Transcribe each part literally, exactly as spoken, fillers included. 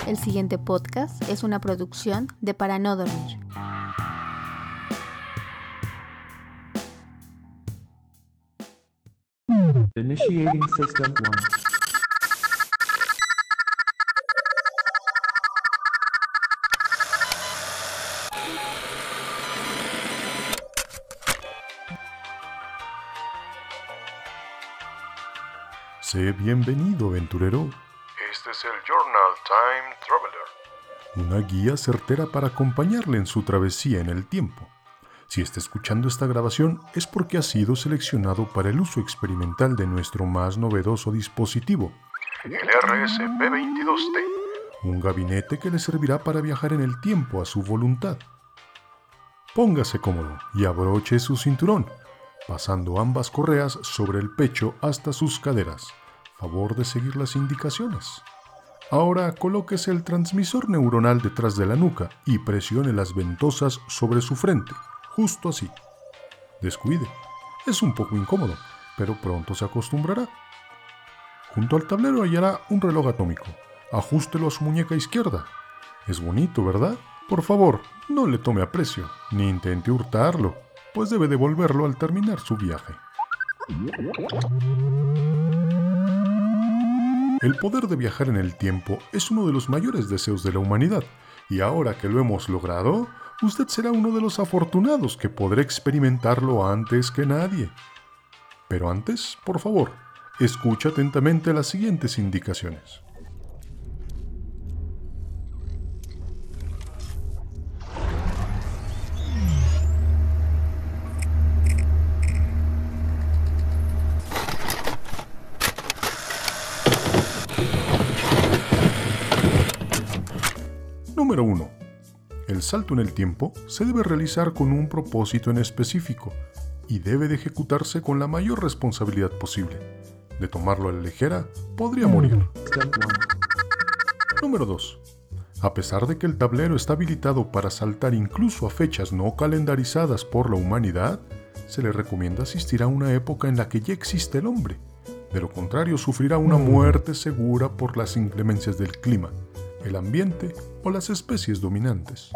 El siguiente podcast es una producción de Para No Dormir. Initiating System one. Sé bienvenido, aventurero. Este es el Journal Time Traveler. Una guía certera para acompañarle en su travesía en el tiempo. Si está escuchando esta grabación es porque ha sido seleccionado para el uso experimental de nuestro más novedoso dispositivo, el R S P veintidós T. Un gabinete que le servirá para viajar en el tiempo a su voluntad. Póngase cómodo y abroche su cinturón, pasando ambas correas sobre el pecho hasta sus caderas. Favor de seguir las indicaciones. Ahora colóquese el transmisor neuronal detrás de la nuca y presione las ventosas sobre su frente, justo así. Descuide, es un poco incómodo, pero pronto se acostumbrará. Junto al tablero hallará un reloj atómico. Ajústelo a su muñeca izquierda. Es bonito, ¿verdad? Por favor, no le tome aprecio, ni intente hurtarlo, pues debe devolverlo al terminar su viaje. El poder de viajar en el tiempo es uno de los mayores deseos de la humanidad, y ahora que lo hemos logrado, usted será uno de los afortunados que podrá experimentarlo antes que nadie. Pero antes, por favor, escucha atentamente las siguientes indicaciones. Número uno. El salto en el tiempo se debe realizar con un propósito en específico y debe de ejecutarse con la mayor responsabilidad posible. De tomarlo a la ligera, podría morir. Número dos. A pesar de que el tablero está habilitado para saltar incluso a fechas no calendarizadas por la humanidad, se le recomienda asistir a una época en la que ya existe el hombre. De lo contrario, sufrirá una muerte segura por las inclemencias del clima, el ambiente o las especies dominantes.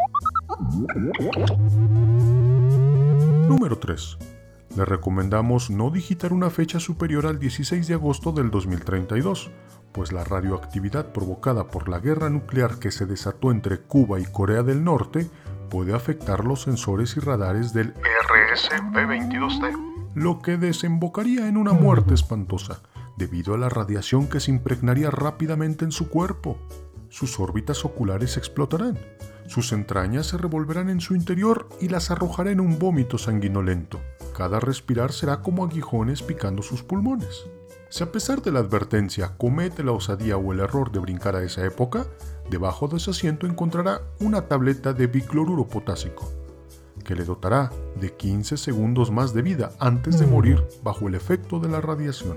Número tres. Le recomendamos no digitar una fecha superior al dieciséis de agosto del dos mil treinta y dos, pues la radioactividad provocada por la guerra nuclear que se desató entre Cuba y Corea del Norte puede afectar los sensores y radares del R S P veintidós T, lo que desembocaría en una muerte espantosa, debido a la radiación que se impregnaría rápidamente en su cuerpo. Sus órbitas oculares explotarán, sus entrañas se revolverán en su interior y las arrojará en un vómito sanguinolento. Cada respirar será como aguijones picando sus pulmones. Si a pesar de la advertencia comete la osadía o el error de brincar a esa época, debajo de ese asiento encontrará una tableta de bicloruro potásico, que le dotará de quince segundos más de vida antes de morir bajo el efecto de la radiación.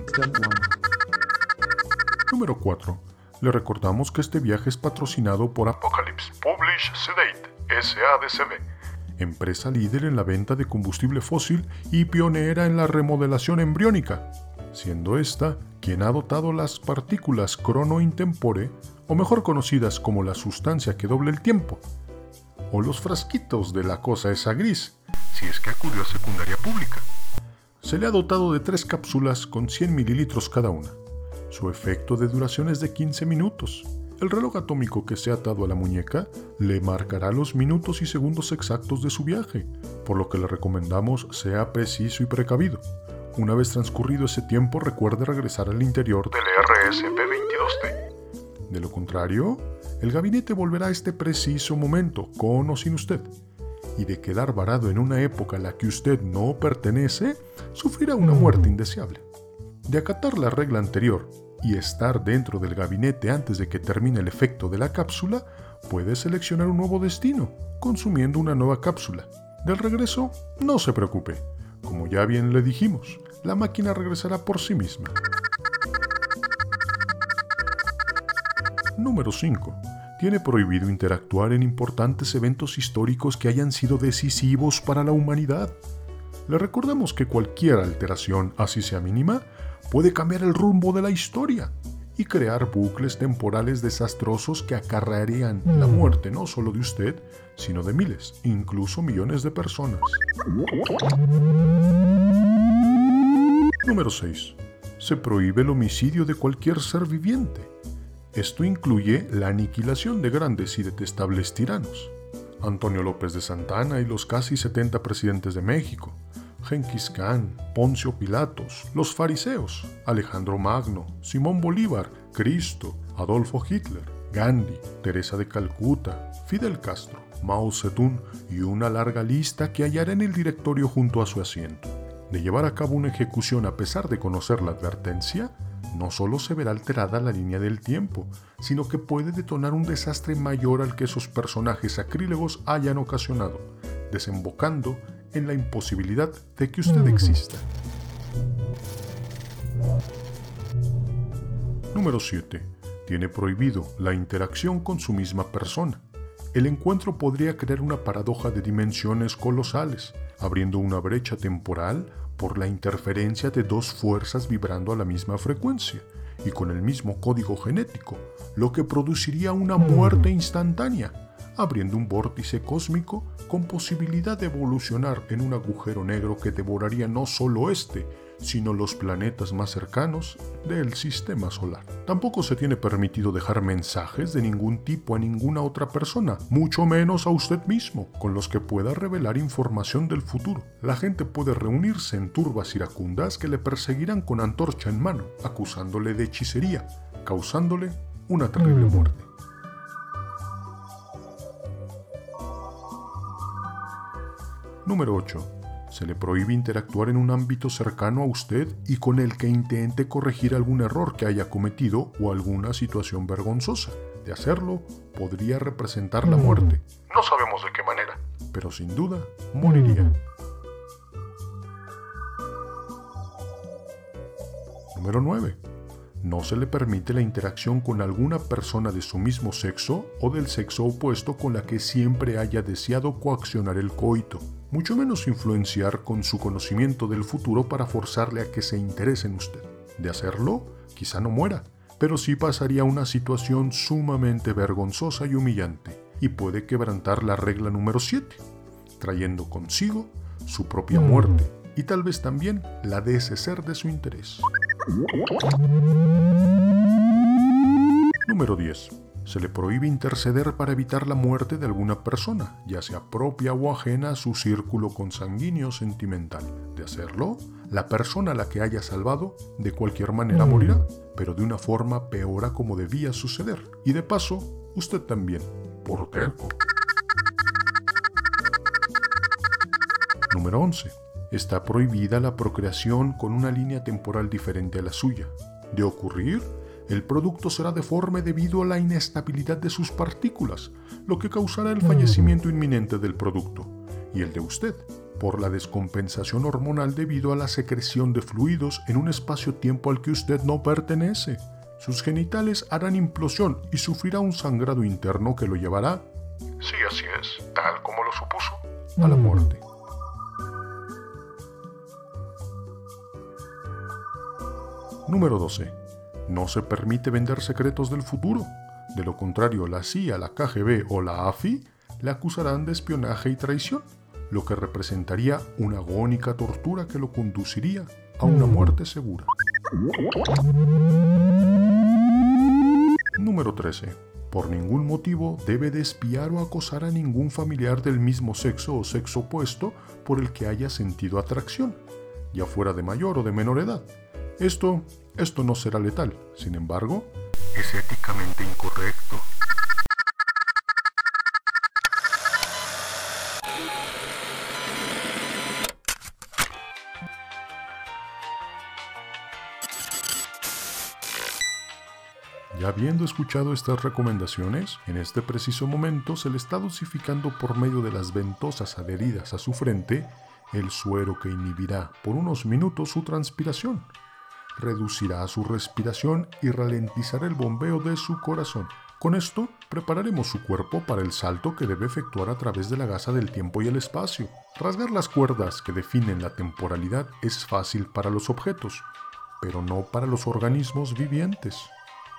Número cuatro. Le recordamos que este viaje es patrocinado por Apocalypse Publish Sedate S A D C B, empresa líder en la venta de combustible fósil y pionera en la remodelación embriónica, siendo esta quien ha dotado las partículas crono intempore, o mejor conocidas como la sustancia que doble el tiempo, o los frasquitos de la cosa esa gris, si es que acudió a secundaria pública. Se le ha dotado de tres cápsulas con cien mililitros cada una. Su efecto de duración es de quince minutos. El reloj atómico que se ha atado a la muñeca le marcará los minutos y segundos exactos de su viaje, por lo que le recomendamos sea preciso y precavido. Una vez transcurrido ese tiempo, recuerde regresar al interior del R S P veintidós T. De lo contrario, el gabinete volverá a este preciso momento, con o sin usted, y de quedar varado en una época a la que usted no pertenece, sufrirá una muerte indeseable. De acatar la regla anterior y estar dentro del gabinete antes de que termine el efecto de la cápsula, puede seleccionar un nuevo destino, consumiendo una nueva cápsula. Del regreso, no se preocupe. Como ya bien le dijimos, la máquina regresará por sí misma. Número cinco. Tiene prohibido interactuar en importantes eventos históricos que hayan sido decisivos para la humanidad. Le recordamos que cualquier alteración, así sea mínima, puede cambiar el rumbo de la historia. y crear bucles temporales desastrosos que acarrearían la muerte no solo de usted, sino de miles, incluso millones de personas. Número seis. Se prohíbe el homicidio de cualquier ser viviente. Esto incluye la aniquilación de grandes y detestables tiranos. Antonio López de Santana y los casi setenta presidentes de México, Genghis Khan, Poncio Pilatos, los fariseos, Alejandro Magno, Simón Bolívar, Cristo, Adolfo Hitler, Gandhi, Teresa de Calcuta, Fidel Castro, Mao Zedong y una larga lista que hallará en el directorio junto a su asiento. De llevar a cabo una ejecución a pesar de conocer la advertencia, no solo se verá alterada la línea del tiempo, sino que puede detonar un desastre mayor al que esos personajes sacrílegos hayan ocasionado, desembocando en la imposibilidad de que usted exista. Número siete. Tiene prohibido la interacción con su misma persona. El encuentro podría crear una paradoja de dimensiones colosales, abriendo una brecha temporal por la interferencia de dos fuerzas vibrando a la misma frecuencia y con el mismo código genético, lo que produciría una muerte instantánea, abriendo un vórtice cósmico con posibilidad de evolucionar en un agujero negro que devoraría no solo este, sino los planetas más cercanos del sistema solar. Tampoco se tiene permitido dejar mensajes de ningún tipo a ninguna otra persona, mucho menos a usted mismo, con los que pueda revelar información del futuro. La gente puede reunirse en turbas iracundas que le perseguirán con antorcha en mano, acusándole de hechicería, causándole una terrible muerte. Número ocho. Se le prohíbe interactuar en un ámbito cercano a usted y con el que intente corregir algún error que haya cometido o alguna situación vergonzosa. De hacerlo, podría representar la muerte. No sabemos de qué manera. Pero sin duda, moriría. Número nueve. No se le permite la interacción con alguna persona de su mismo sexo o del sexo opuesto con la que siempre haya deseado coaccionar el coito, mucho menos influenciar con su conocimiento del futuro para forzarle a que se interese en usted. De hacerlo, quizá no muera, pero sí pasaría una situación sumamente vergonzosa y humillante, y puede quebrantar la regla número siete, trayendo consigo su propia muerte y tal vez también la de ese ser de su interés. Número diez. Se le prohíbe interceder para evitar la muerte de alguna persona, ya sea propia o ajena a su círculo consanguíneo sentimental. De hacerlo, la persona a la que haya salvado de cualquier manera morirá, pero de una forma peor a como debía suceder. Y de paso, usted también, por terco. Número once. Está prohibida la procreación con una línea temporal diferente a la suya. De ocurrir, el producto será deforme debido a la inestabilidad de sus partículas, lo que causará el fallecimiento inminente del producto, y el de usted, por la descompensación hormonal debido a la secreción de fluidos en un espacio-tiempo al que usted no pertenece. Sus genitales harán implosión y sufrirá un sangrado interno que lo llevará, Sí, así es, tal como lo supuso, a la muerte. Número doce. No se permite vender secretos del futuro. De lo contrario, la C I A, la K G B o la A F I le acusarán de espionaje y traición, lo que representaría una agónica tortura que lo conduciría a una muerte segura. Número trece. Por ningún motivo debe de espiar o acosar a ningún familiar del mismo sexo o sexo opuesto por el que haya sentido atracción, ya fuera de mayor o de menor edad. Esto, esto no será letal, sin embargo, es éticamente incorrecto. Ya habiendo escuchado estas recomendaciones, en este preciso momento se le está dosificando por medio de las ventosas adheridas a su frente el suero que inhibirá por unos minutos su transpiración, reducirá su respiración y ralentizará el bombeo de su corazón. Con esto, prepararemos su cuerpo para el salto que debe efectuar a través de la gasa del tiempo y el espacio. Rasgar las cuerdas que definen la temporalidad es fácil para los objetos, pero no para los organismos vivientes.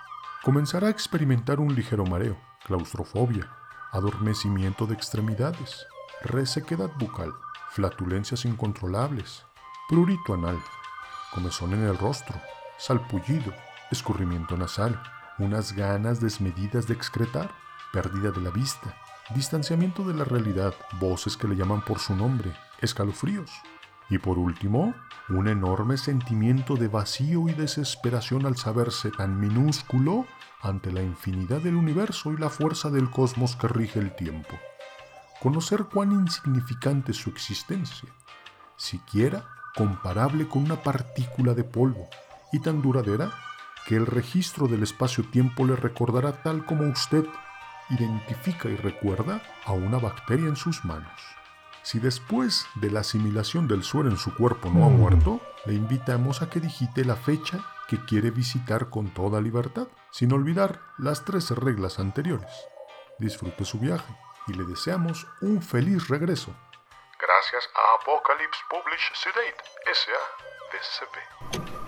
comenzará a experimentar un ligero mareo, claustrofobia, adormecimiento de extremidades, resequedad bucal, flatulencias incontrolables, prurito anal, comezón en el rostro, salpullido, escurrimiento nasal, unas ganas desmedidas de excretar, pérdida de la vista, distanciamiento de la realidad, voces que le llaman por su nombre, escalofríos. Y por último, un enorme sentimiento de vacío y desesperación al saberse tan minúsculo ante la infinidad del universo y la fuerza del cosmos que rige el tiempo. Conocer cuán insignificante es su existencia, siquiera comparable con una partícula de polvo, y tan duradera que el registro del espacio-tiempo le recordará tal como usted identifica y recuerda a una bacteria en sus manos. Si después de la asimilación del suero en su cuerpo no ha muerto, le invitamos a que digite la fecha que quiere visitar con toda libertad, sin olvidar las trece reglas anteriores. Disfrute su viaje y le deseamos un feliz regreso. Gracias a Apocalypse Publish Sedate S A D C P.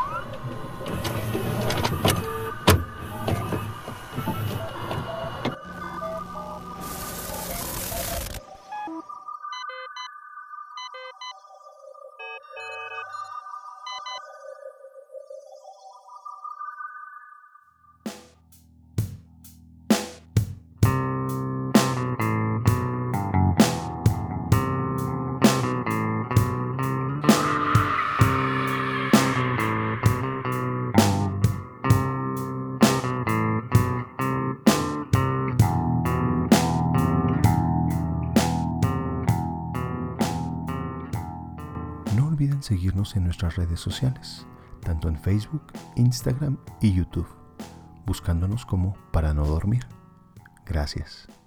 No olviden seguirnos en nuestras redes sociales, tanto en Facebook, Instagram y YouTube, buscándonos como Para No Dormir. Gracias.